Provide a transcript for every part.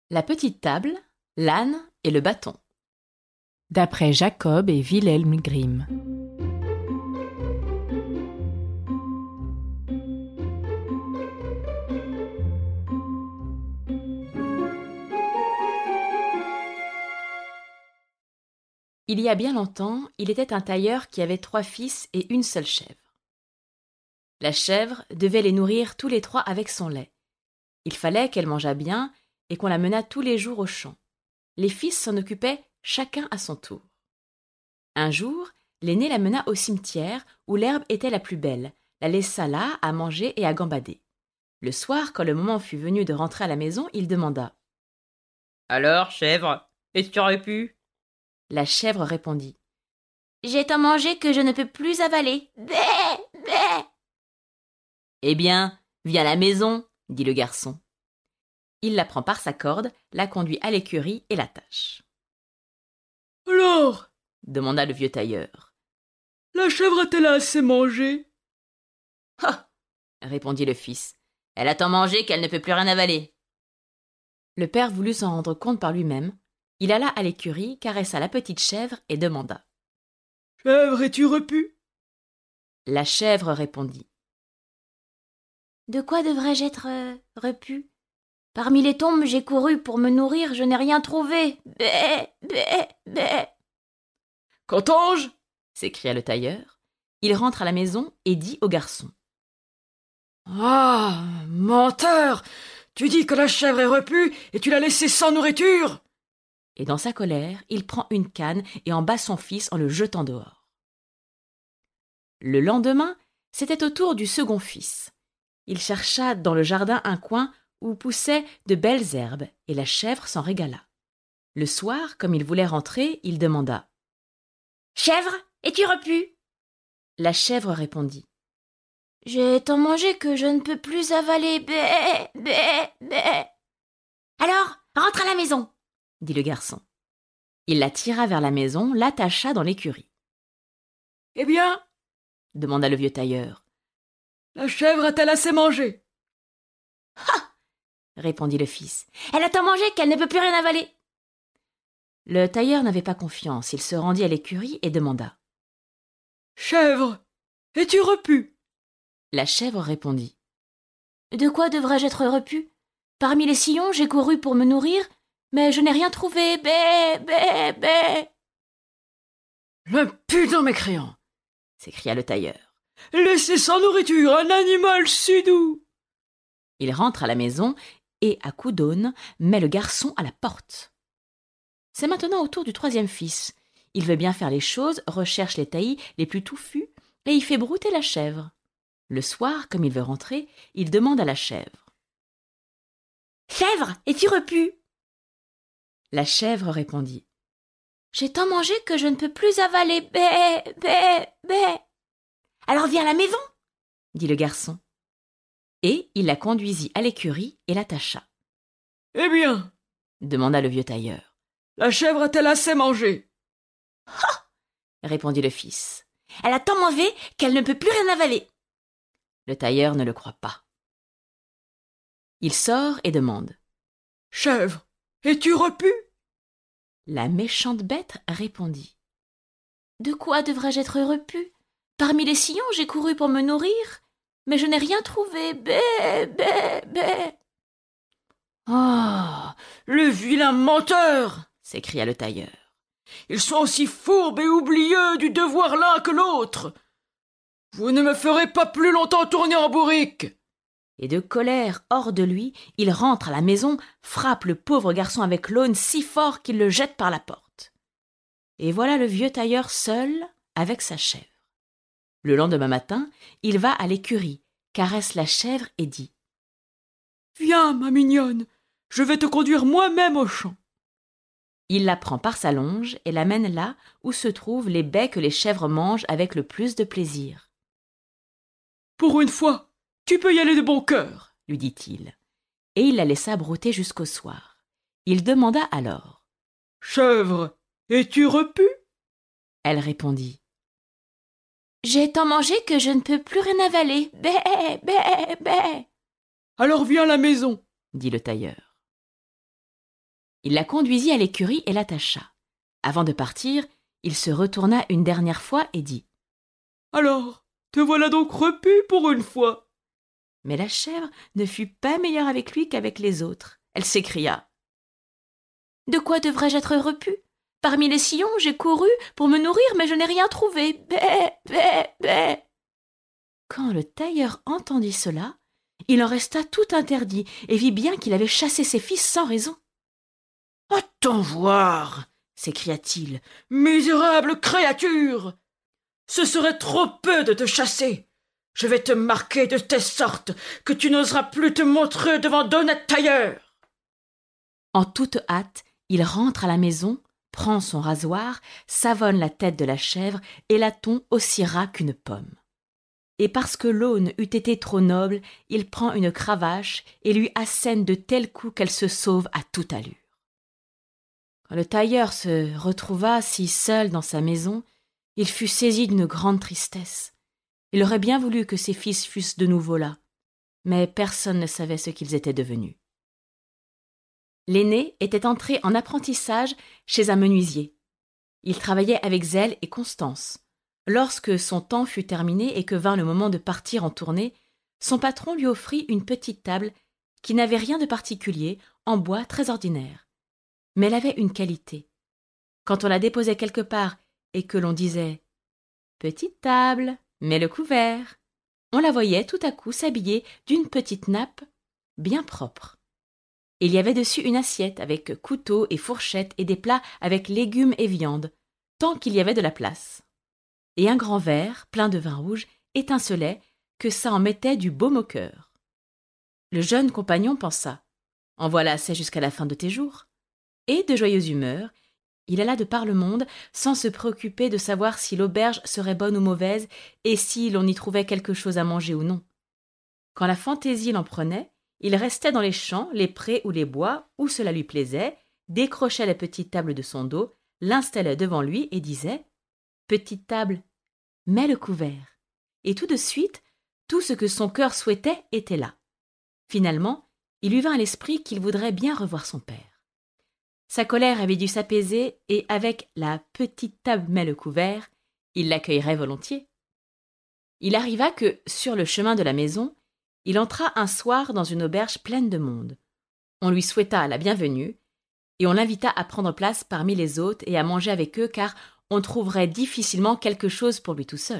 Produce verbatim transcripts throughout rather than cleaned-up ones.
La petite table, l'âne et le bâton. D'après Jacob et Wilhelm Grimm. Il y a bien longtemps, il était un tailleur qui avait trois fils et une seule chèvre. La chèvre devait les nourrir tous les trois avec son lait. Il fallait qu'elle mangeât bien et qu'on la menât tous les jours au champ. Les fils s'en occupaient chacun à son tour. Un jour, l'aîné la mena au cimetière où l'herbe était la plus belle, la laissa là à manger et à gambader. Le soir, quand le moment fut venu de rentrer à la maison, il demanda « Alors, chèvre, est-ce que tu aurais pu ?» La chèvre répondit « J'ai tant mangé que je ne peux plus avaler. Bé, bé !»« Eh bien, viens à la maison, » dit le garçon. Il la prend par sa corde, la conduit à l'écurie et l'attache. « Alors ?» demanda le vieux tailleur. « La chèvre a-t-elle assez mangé ?»« Ah !» répondit le fils. « Elle a tant mangé qu'elle ne peut plus rien avaler. » Le père voulut s'en rendre compte par lui-même. Il alla à l'écurie, caressa la petite chèvre et demanda « Chèvre, es-tu repue ?» La chèvre répondit « De quoi devrais-je être euh, repue ? Parmi les tombes, j'ai couru pour me nourrir, je n'ai rien trouvé. Bé, bé, bé. »« Qu'entends-je » s'écria le tailleur. Il rentre à la maison et dit au garçon « Ah, menteur ! Tu dis que la chèvre est repue et tu l'as laissée sans nourriture ?» Et dans sa colère, il prend une canne et en bat son fils en le jetant dehors. Le lendemain, c'était au tour du second fils. Il chercha dans le jardin un coin où poussaient de belles herbes, et la chèvre s'en régala. Le soir, comme il voulait rentrer, il demanda « Chèvre, es-tu repue ?» La chèvre répondit « J'ai tant mangé que je ne peux plus avaler. Bé, bé, bé. »« Alors, rentre à la maison !» dit le garçon. Il la tira vers la maison, l'attacha dans l'écurie. « Eh bien ?» demanda le vieux tailleur. « La chèvre a-t-elle assez mangé ?» ?»« Ha !» répondit le fils. « Elle a tant mangé qu'elle ne peut plus rien avaler. » Le tailleur n'avait pas confiance. Il se rendit à l'écurie et demanda « Chèvre, es-tu repue ?» La chèvre répondit « De quoi devrais-je être repue ? Parmi les sillons, j'ai couru pour me nourrir, mais je n'ai rien trouvé. Bé, bé, bé. »« L'impudent mécréant !» s'écria le tailleur. « Laissez sans nourriture un animal si doux !» Il rentre à la maison et, à coups d'aune, met le garçon à la porte. C'est maintenant au tour du troisième fils. Il veut bien faire les choses, recherche les taillis les plus touffus et y fait brouter la chèvre. Le soir, comme il veut rentrer, il demande à la chèvre « Chèvre, es-tu repue ?» La chèvre répondit « J'ai tant mangé que je ne peux plus avaler. Bé, bé, bé. »« Alors viens à la maison !» dit le garçon. Et il la conduisit à l'écurie et l'attacha. « Eh bien ?» demanda le vieux tailleur. « La chèvre a-t-elle assez mangé ?»« Ha !» répondit le fils. « Elle a tant mangé qu'elle ne peut plus rien avaler. » Le tailleur ne le croit pas. Il sort et demande « Chèvre, es-tu repue ?» La méchante bête répondit « De quoi devrais-je être repue ? Parmi les sillons, j'ai couru pour me nourrir, mais je n'ai rien trouvé. Bé, bé, bé. »« Ah, le vilain menteur !» s'écria le tailleur. « Ils sont aussi fourbes et oublieux du devoir l'un que l'autre. Vous ne me ferez pas plus longtemps tourner en bourrique !» Et de colère hors de lui, il rentre à la maison, frappe le pauvre garçon avec l'aune si fort qu'il le jette par la porte. Et voilà le vieux tailleur seul avec sa chèvre. Le lendemain matin, il va à l'écurie, caresse la chèvre et dit « Viens, ma mignonne, je vais te conduire moi-même au champ. » Il la prend par sa longe et l'amène là où se trouvent les baies que les chèvres mangent avec le plus de plaisir. « Pour une fois, tu peux y aller de bon cœur, » lui dit-il. Et il la laissa brouter jusqu'au soir. Il demanda alors « Chèvre, es-tu repue ?» Elle répondit « J'ai tant mangé que je ne peux plus rien avaler. Bé, bé, bé. »« Alors viens à la maison, » dit le tailleur. Il la conduisit à l'écurie et l'attacha. Avant de partir, il se retourna une dernière fois et dit « Alors, te voilà donc repu pour une fois !» Mais la chèvre ne fut pas meilleure avec lui qu'avec les autres. Elle s'écria « De quoi devrais-je être repue ? Parmi les sillons, j'ai couru pour me nourrir, mais je n'ai rien trouvé. Bé, bé, bé !» Quand le tailleur entendit cela, il en resta tout interdit et vit bien qu'il avait chassé ses fils sans raison. « Attends voir !» s'écria-t-il. « Misérable créature ! Ce serait trop peu de te chasser. Je vais te marquer de telle sorte que tu n'oseras plus te montrer devant d'honnêtes tailleurs. » En toute hâte, il rentre à la maison, prend son rasoir, savonne la tête de la chèvre et la tond aussi ras qu'une pomme. Et parce que l'aune eût été trop noble, il prend une cravache et lui assène de tels coups qu'elle se sauve à toute allure. Quand le tailleur se retrouva si seul dans sa maison, il fut saisi d'une grande tristesse. Il aurait bien voulu que ses fils fussent de nouveau là, mais personne ne savait ce qu'ils étaient devenus. L'aîné était entré en apprentissage chez un menuisier. Il travaillait avec zèle et constance. Lorsque son temps fut terminé et que vint le moment de partir en tournée, son patron lui offrit une petite table qui n'avait rien de particulier, en bois très ordinaire. Mais elle avait une qualité. Quand on la déposait quelque part et que l'on disait « Petite table, mets le couvert », on la voyait tout à coup s'habiller d'une petite nappe bien propre. Il y avait dessus une assiette avec couteau et fourchette et des plats avec légumes et viande, tant qu'il y avait de la place. Et un grand verre, plein de vin rouge, étincelait, que ça en mettait du baume au cœur. Le jeune compagnon pensa « En voilà assez jusqu'à la fin de tes jours ». Et, de joyeuse humeur, il alla de par le monde sans se préoccuper de savoir si l'auberge serait bonne ou mauvaise et si l'on y trouvait quelque chose à manger ou non. Quand la fantaisie l'en prenait, il restait dans les champs, les prés ou les bois, où cela lui plaisait, décrochait la petite table de son dos, l'installait devant lui et disait « Petite table, mets le couvert ». Et tout de suite, tout ce que son cœur souhaitait était là. Finalement, il lui vint à l'esprit qu'il voudrait bien revoir son père. Sa colère avait dû s'apaiser et avec la petite table mets le couvert, il l'accueillerait volontiers. Il arriva que, sur le chemin de la maison, il entra un soir dans une auberge pleine de monde. On lui souhaita la bienvenue et on l'invita à prendre place parmi les hôtes et à manger avec eux car on trouverait difficilement quelque chose pour lui tout seul.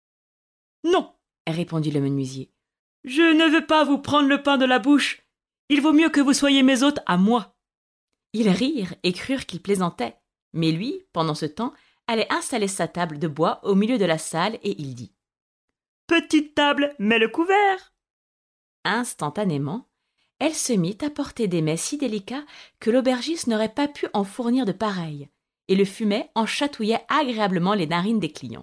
« Non, » répondit le menuisier, « je ne veux pas vous prendre le pain de la bouche. Il vaut mieux que vous soyez mes hôtes à moi. » Ils rirent et crurent qu'il plaisantait, mais lui, pendant ce temps, allait installer sa table de bois au milieu de la salle et il dit « Petite table, mets le couvert !» Instantanément, elle se mit à porter des mets si délicats que l'aubergiste n'aurait pas pu en fournir de pareils, et le fumet en chatouillait agréablement les narines des clients.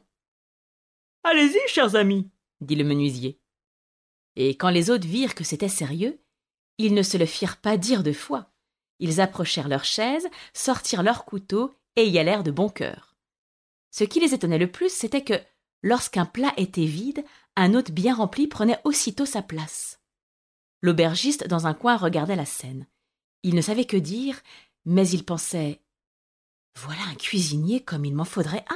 « Allez-y, chers amis !» dit le menuisier. Et quand les hôtes virent que c'était sérieux, ils ne se le firent pas dire deux fois. Ils approchèrent leurs chaises, sortirent leurs couteaux et y allèrent de bon cœur. Ce qui les étonnait le plus, c'était que, lorsqu'un plat était vide, un hôte bien rempli prenait aussitôt sa place. L'aubergiste, dans un coin, regardait la scène. Il ne savait que dire, mais il pensait « Voilà un cuisinier comme il m'en faudrait un !»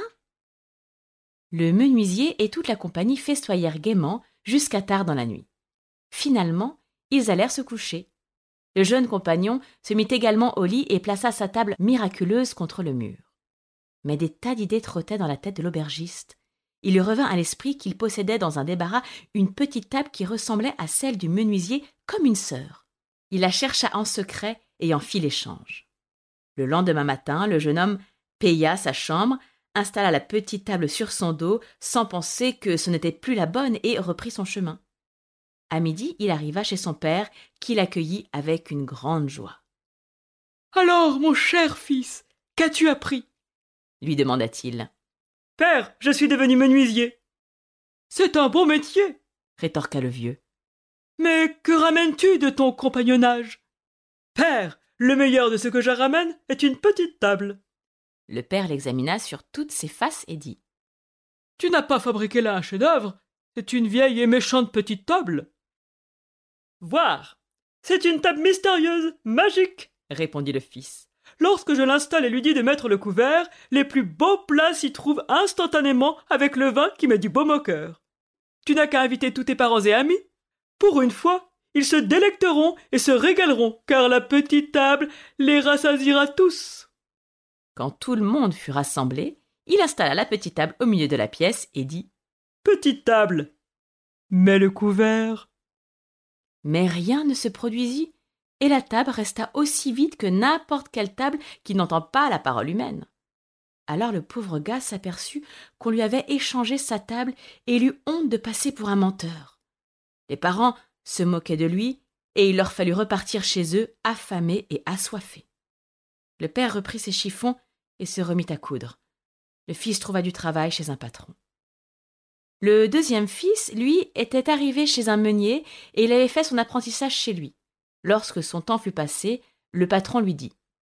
Le menuisier et toute la compagnie festoyèrent gaiement jusqu'à tard dans la nuit. Finalement, ils allèrent se coucher. Le jeune compagnon se mit également au lit et plaça sa table miraculeuse contre le mur. Mais des tas d'idées trottaient dans la tête de l'aubergiste. Il lui revint à l'esprit qu'il possédait dans un débarras une petite table qui ressemblait à celle du menuisier comme une sœur. Il la chercha en secret et en fit l'échange. Le lendemain matin, le jeune homme paya sa chambre, installa la petite table sur son dos sans penser que ce n'était plus la bonne et reprit son chemin. À midi, il arriva chez son père, qui l'accueillit avec une grande joie. « Alors, mon cher fils, qu'as-tu appris ?» lui demanda-t-il. « Père, je suis devenu menuisier. »« C'est un bon métier, » rétorqua le vieux. « Mais que ramènes-tu de ton compagnonnage ?»« Père, le meilleur de ce que je ramène est une petite table. » Le père l'examina sur toutes ses faces et dit. « Tu n'as pas fabriqué là un chef-d'œuvre, c'est une vieille et méchante petite table. » « Voir, c'est une table mystérieuse, magique, » répondit le fils. Lorsque je l'installe et lui dis de mettre le couvert, les plus beaux plats s'y trouvent instantanément avec le vin qui met du baume au cœur. Tu n'as qu'à inviter tous tes parents et amis. Pour une fois, ils se délecteront et se régaleront, car la petite table les rassasiera tous. » Quand tout le monde fut rassemblé, il installa la petite table au milieu de la pièce et dit « Petite table, mets le couvert. » Mais rien ne se produisit, et la table resta aussi vide que n'importe quelle table qui n'entend pas la parole humaine. Alors le pauvre gars s'aperçut qu'on lui avait échangé sa table et il eut honte de passer pour un menteur. Les parents se moquaient de lui et il leur fallut repartir chez eux affamés et assoiffés. Le père reprit ses chiffons et se remit à coudre. Le fils trouva du travail chez un patron. Le deuxième fils, lui, était arrivé chez un meunier et il avait fait son apprentissage chez lui. Lorsque son temps fut passé, le patron lui dit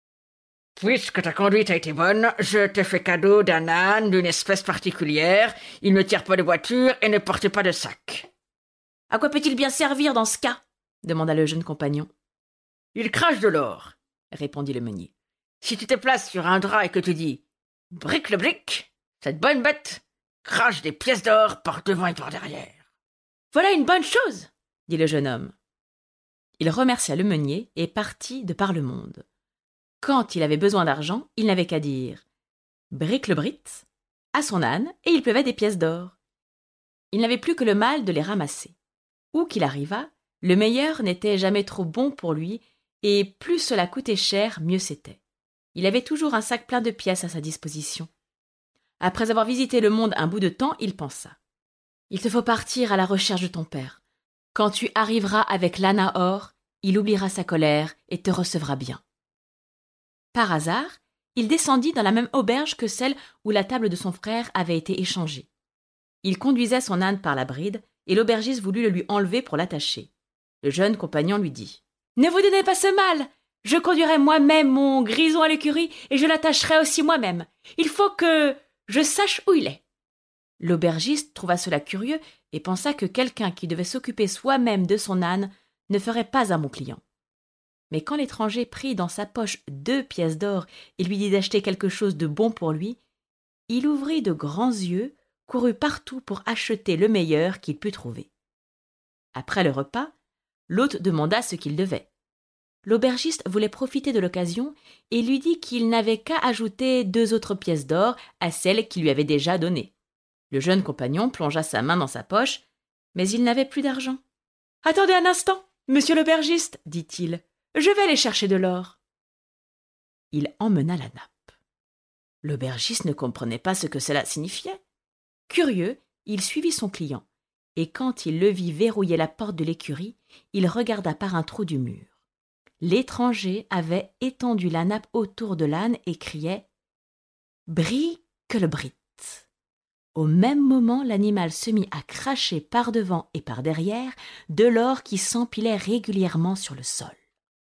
« Puisque ta conduite a été bonne, je te fais cadeau d'un âne d'une espèce particulière. Il ne tire pas de voiture et ne porte pas de sac. »« À quoi peut-il bien servir dans ce cas ?» demanda le jeune compagnon. « Il crache de l'or, » répondit le meunier. « Si tu te places sur un drap et que tu dis « Brique le brique, cette bonne bête crache des pièces d'or par devant et par derrière. »« Voilà une bonne chose, » dit le jeune homme. Il remercia le meunier et partit de par le monde. Quand il avait besoin d'argent, il n'avait qu'à dire « Brique le brit » à son âne et il pleuvait des pièces d'or. Il n'avait plus que le mal de les ramasser. Où qu'il arrivât, le meilleur n'était jamais trop bon pour lui et plus cela coûtait cher, mieux c'était. Il avait toujours un sac plein de pièces à sa disposition. Après avoir visité le monde un bout de temps, il pensa « Il te faut partir à la recherche de ton père. Quand tu arriveras avec l'âne à or, il oubliera sa colère et te recevra bien. » Par hasard, il descendit dans la même auberge que celle où la table de son frère avait été échangée. Il conduisait son âne par la bride et l'aubergiste voulut le lui enlever pour l'attacher. Le jeune compagnon lui dit « Ne vous donnez pas ce mal. Je conduirai moi-même mon grison à l'écurie et je l'attacherai aussi moi-même. Il faut que je sache où il est. » L'aubergiste trouva cela curieux et pensa que quelqu'un qui devait s'occuper soi-même de son âne ne ferait pas un bon client. Mais quand l'étranger prit dans sa poche deux pièces d'or et lui dit d'acheter quelque chose de bon pour lui, il ouvrit de grands yeux, courut partout pour acheter le meilleur qu'il put trouver. Après le repas, l'hôte demanda ce qu'il devait. L'aubergiste voulait profiter de l'occasion et lui dit qu'il n'avait qu'à ajouter deux autres pièces d'or à celles qu'il lui avait déjà données. Le jeune compagnon plongea sa main dans sa poche, mais il n'avait plus d'argent. « Attendez un instant, monsieur l'aubergiste, dit-il, je vais aller chercher de l'or. » Il emmena la nappe. L'aubergiste ne comprenait pas ce que cela signifiait. Curieux, il suivit son client, et quand il le vit verrouiller la porte de l'écurie, il regarda par un trou du mur. L'étranger avait étendu la nappe autour de l'âne et criait « Brique-le-brit ». Au même moment, l'animal se mit à cracher par devant et par derrière de l'or qui s'empilait régulièrement sur le sol.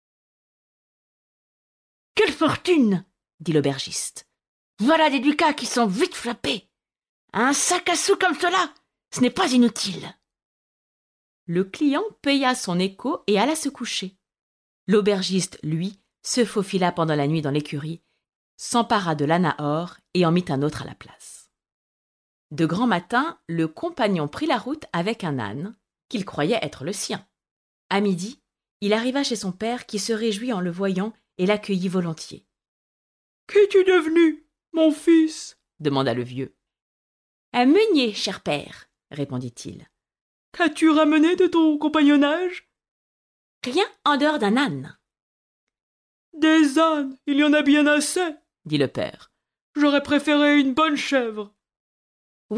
« Quelle fortune !» dit l'aubergiste. « Voilà des ducats qui sont vite frappés. Un sac à sous comme cela, ce n'est pas inutile. » Le client paya son écho et alla se coucher. L'aubergiste, lui, se faufila pendant la nuit dans l'écurie, s'empara de l'âne à or et en mit un autre à la place. De grand matin, le compagnon prit la route avec un âne, qu'il croyait être le sien. À midi, il arriva chez son père qui se réjouit en le voyant et l'accueillit volontiers. « Qu'es-tu devenu, mon fils ?» demanda le vieux. « Un meunier, cher père, » répondit-il. « Qu'as-tu ramené de ton compagnonnage ?»« Rien en dehors d'un âne. »« Des ânes, il y en a bien assez, » dit le père. « J'aurais préféré une bonne chèvre. »« Oui, »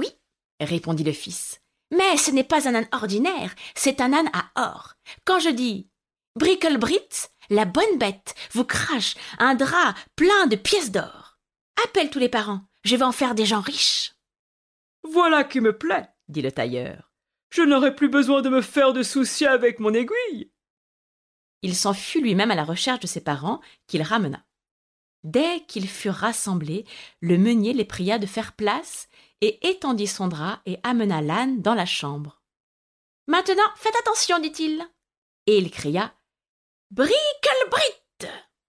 répondit le fils, « mais ce n'est pas un âne ordinaire, c'est un âne à or. Quand je dis « Brique-le-brit », la bonne bête vous crache un drap plein de pièces d'or. Appelle tous les parents, je vais en faire des gens riches. »« Voilà qui me plaît, » dit le tailleur. « Je n'aurai plus besoin de me faire de soucis avec mon aiguille. » Il s'en fut lui-même à la recherche de ses parents, qu'il ramena. Dès qu'ils furent rassemblés, le meunier les pria de faire place et étendit son drap et amena l'âne dans la chambre. « Maintenant, faites attention, dit-il. » Et il cria « Brique-le-brit »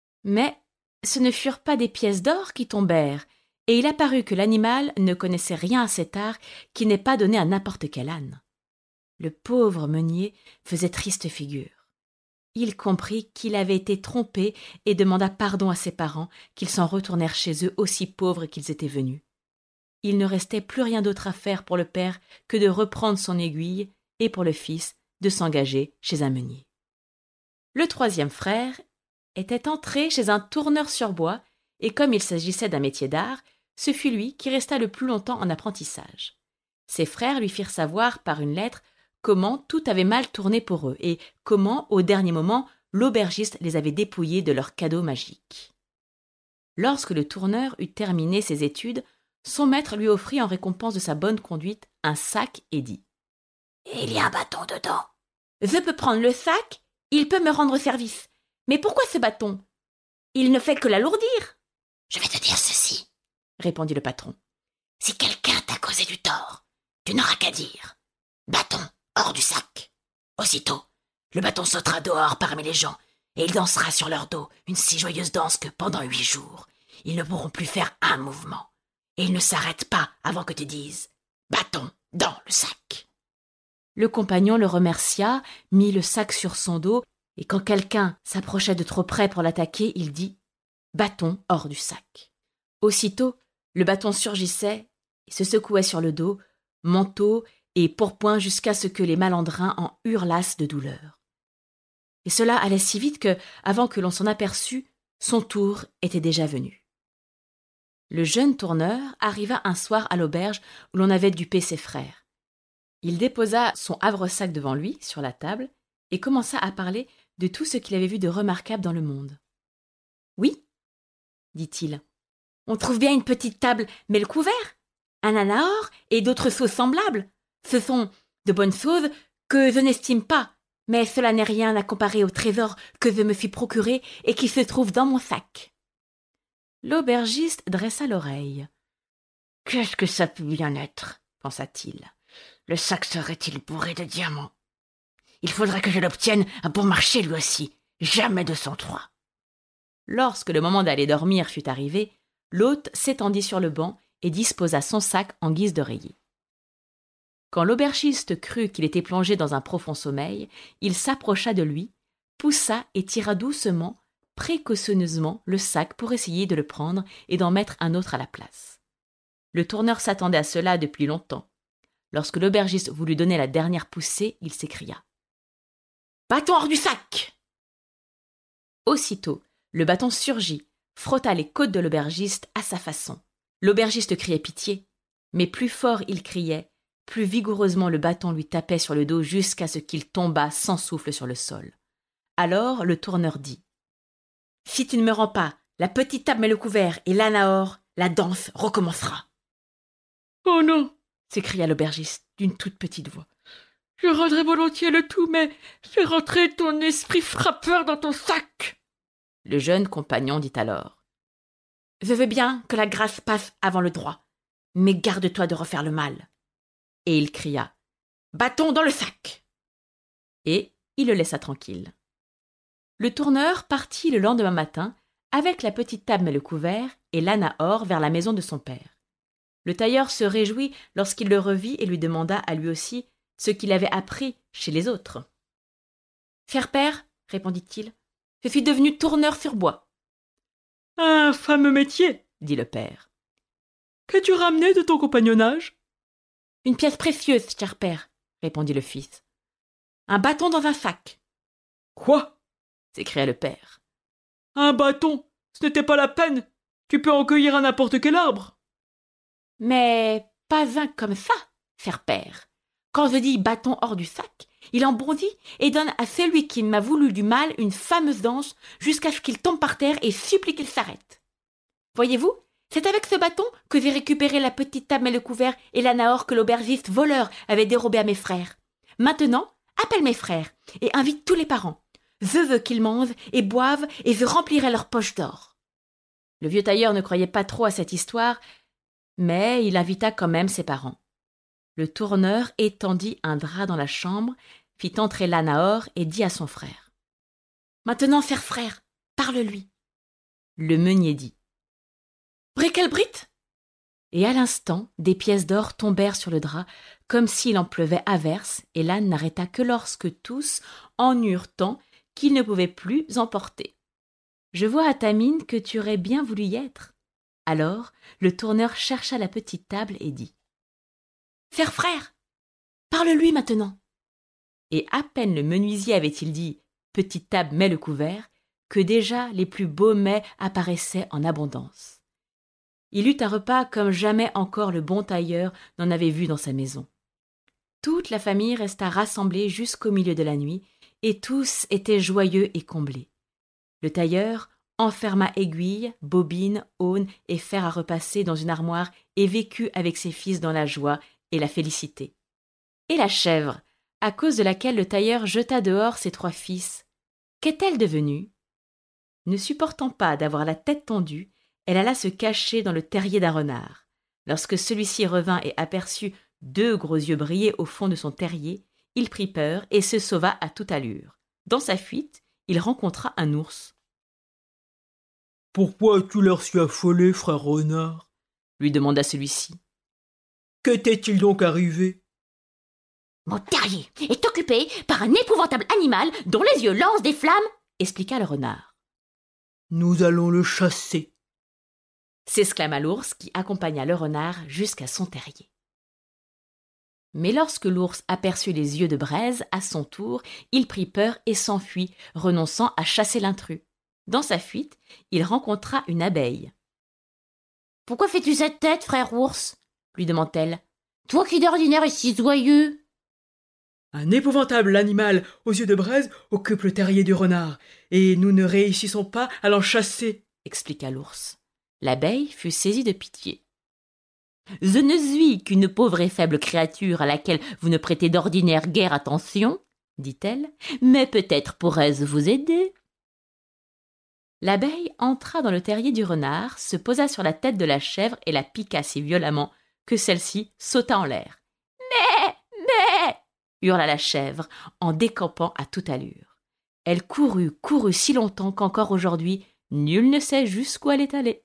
Mais ce ne furent pas des pièces d'or qui tombèrent, et il apparut que l'animal ne connaissait rien à cet art qui n'est pas donné à n'importe quel âne. Le pauvre meunier faisait triste figure. Il comprit qu'il avait été trompé et demanda pardon à ses parents, qu'ils s'en retournèrent chez eux aussi pauvres qu'ils étaient venus. Il ne restait plus rien d'autre à faire pour le père que de reprendre son aiguille et pour le fils de s'engager chez un meunier. Le troisième frère était entré chez un tourneur sur bois, et comme il s'agissait d'un métier d'art, ce fut lui qui resta le plus longtemps en apprentissage. Ses frères lui firent savoir par une lettre comment tout avait mal tourné pour eux et comment, au dernier moment, l'aubergiste les avait dépouillés de leurs cadeaux magiques. Lorsque le tourneur eut terminé ses études, son maître lui offrit en récompense de sa bonne conduite un sac et dit « Il y a un bâton dedans. Je peux prendre le sac, il peut me rendre service. Mais pourquoi ce bâton? Il ne fait que l'alourdir. »« Je vais te dire ceci, » répondit le patron. « Si quelqu'un t'a causé du tort, tu n'auras qu'à dire « Bâton, hors du sac !» Aussitôt, le bâton sautera dehors parmi les gens, et il dansera sur leur dos une si joyeuse danse que pendant huit jours, ils ne pourront plus faire un mouvement. Et il ne s'arrête pas avant que tu dises « Bâton dans le sac !» Le compagnon le remercia, mit le sac sur son dos, et quand quelqu'un s'approchait de trop près pour l'attaquer, il dit « Bâton hors du sac !» Aussitôt, le bâton surgissait et se secouait sur le dos, manteau et pourpoint jusqu'à ce que les malandrins en hurlassent de douleur. Et cela allait si vite que, avant que l'on s'en aperçût, son tour était déjà venu. Le jeune tourneur arriva un soir à l'auberge où l'on avait dupé ses frères. Il déposa son havresac devant lui, sur la table, et commença à parler de tout ce qu'il avait vu de remarquable dans le monde. « Oui, dit-il, on trouve bien une petite table, mais le couvert, un anaor et d'autres choses semblables. Ce sont de bonnes choses que je n'estime pas, mais cela n'est rien à comparer au trésor que je me suis procuré et qui se trouve dans mon sac. » L'aubergiste dressa l'oreille. « Qu'est-ce que ça peut bien être ?» pensa-t-il. « Le sac serait-il bourré de diamants? Il faudrait que je l'obtienne à bon marché lui aussi, jamais de cent trois. » Lorsque le moment d'aller dormir fut arrivé, l'hôte s'étendit sur le banc et disposa son sac en guise d'oreiller. Quand l'aubergiste crut qu'il était plongé dans un profond sommeil, il s'approcha de lui, poussa et tira doucement, précautionneusement, le sac pour essayer de le prendre et d'en mettre un autre à la place. Le tourneur s'attendait à cela depuis longtemps. Lorsque l'aubergiste voulut donner la dernière poussée, il s'écria « Bâton hors du sac !» Aussitôt, le bâton surgit, frotta les côtes de l'aubergiste à sa façon. L'aubergiste criait pitié, mais plus fort il criait, plus vigoureusement le bâton lui tapait sur le dos jusqu'à ce qu'il tombât sans souffle sur le sol. Alors le tourneur dit « Si tu ne me rends pas la petite table mais le couvert et l'anaor, la danse recommencera. »« Oh non !» s'écria l'aubergiste d'une toute petite voix. « Je rendrai volontiers le tout, mais fais rentrer ton esprit frappeur dans ton sac !» Le jeune compagnon dit alors « Je veux bien que la grâce passe avant le droit, mais garde-toi de refaire le mal. » Et il cria « Bâton dans le sac !» Et il le laissa tranquille. Le tourneur partit le lendemain matin avec la petite table et le couvert et l'anaor vers la maison de son père. Le tailleur se réjouit lorsqu'il le revit et lui demanda à lui aussi ce qu'il avait appris chez les autres. « Cher père, répondit-il, je suis devenu tourneur sur bois. »« Un fameux métier, dit le père. »« Qu'as-tu ramené de ton compagnonnage ?»« Une pièce précieuse, cher père, répondit le fils. Un bâton dans un sac. »« Quoi ?» s'écria le père. Un bâton, ce n'était pas la peine. Tu peux en cueillir à n'importe quel arbre. »« Mais pas un comme ça, cher père. Quand je dis bâton hors du sac, il en bondit et donne à celui qui m'a voulu du mal une fameuse danse jusqu'à ce qu'il tombe par terre et supplie qu'il s'arrête. Voyez-vous, c'est avec ce bâton que j'ai récupéré la petite table et le couvert et l'anaor que l'aubergiste voleur avait dérobé à mes frères. Maintenant, appelle mes frères et invite tous les parents. Je veux qu'ils mangent et boivent et je remplirai leurs poches d'or. » Le vieux tailleur ne croyait pas trop à cette histoire, mais il invita quand même ses parents. Le tourneur étendit un drap dans la chambre, fit entrer l'anaor et dit à son frère « Maintenant, cher frère, parle-lui. » Le meunier dit « Brickelbrit !» Et à l'instant, des pièces d'or tombèrent sur le drap, comme s'il en pleuvait à verse, et l'âne n'arrêta que lorsque tous en eurent tant qu'ils ne pouvaient plus en porter. Je vois à ta mine que tu aurais bien voulu y être. Alors, le tourneur chercha la petite table et dit « Faire frère, parle-lui maintenant !» Et à peine le menuisier avait-il dit « Petite table, mets le couvert », que déjà les plus beaux mets apparaissaient en abondance. Il eut un repas comme jamais encore le bon tailleur n'en avait vu dans sa maison. Toute la famille resta rassemblée jusqu'au milieu de la nuit, et tous étaient joyeux et comblés. Le tailleur enferma aiguilles, bobines, aunes et fer à repasser dans une armoire et vécut avec ses fils dans la joie et la félicité. Et la chèvre, à cause de laquelle le tailleur jeta dehors ses trois fils, qu'est-elle devenue? Ne supportant pas d'avoir la tête tendue, elle alla se cacher dans le terrier d'un renard. Lorsque celui-ci revint et aperçut deux gros yeux briller au fond de son terrier, il prit peur et se sauva à toute allure. Dans sa fuite, il rencontra un ours. « Pourquoi as-tu l'air si affolé, frère renard ?» lui demanda celui-ci. « Que t'est-il donc arrivé ?»« Mon terrier est occupé par un épouvantable animal dont les yeux lancent des flammes, » expliqua le renard. « Nous allons le chasser. » s'exclama l'ours qui accompagna le renard jusqu'à son terrier. Mais lorsque l'ours aperçut les yeux de braise, à son tour, il prit peur et s'enfuit, renonçant à chasser l'intrus. Dans sa fuite, il rencontra une abeille. « Pourquoi fais-tu cette tête, frère ours ?» lui demanda-t-elle. « Toi qui d'ordinaire es si joyeux !»« Un épouvantable animal aux yeux de braise occupe le terrier du renard, et nous ne réussissons pas à l'en chasser, » expliqua l'ours. L'abeille fut saisie de pitié. « Je ne suis qu'une pauvre et faible créature à laquelle vous ne prêtez d'ordinaire guère attention, dit-elle, mais peut-être pourrais-je vous aider. » L'abeille entra dans le terrier du renard, se posa sur la tête de la chèvre et la piqua si violemment que celle-ci sauta en l'air. « Mais, mais !» hurla la chèvre en décampant à toute allure. Elle courut, courut si longtemps qu'encore aujourd'hui, nul ne sait jusqu'où elle est allée.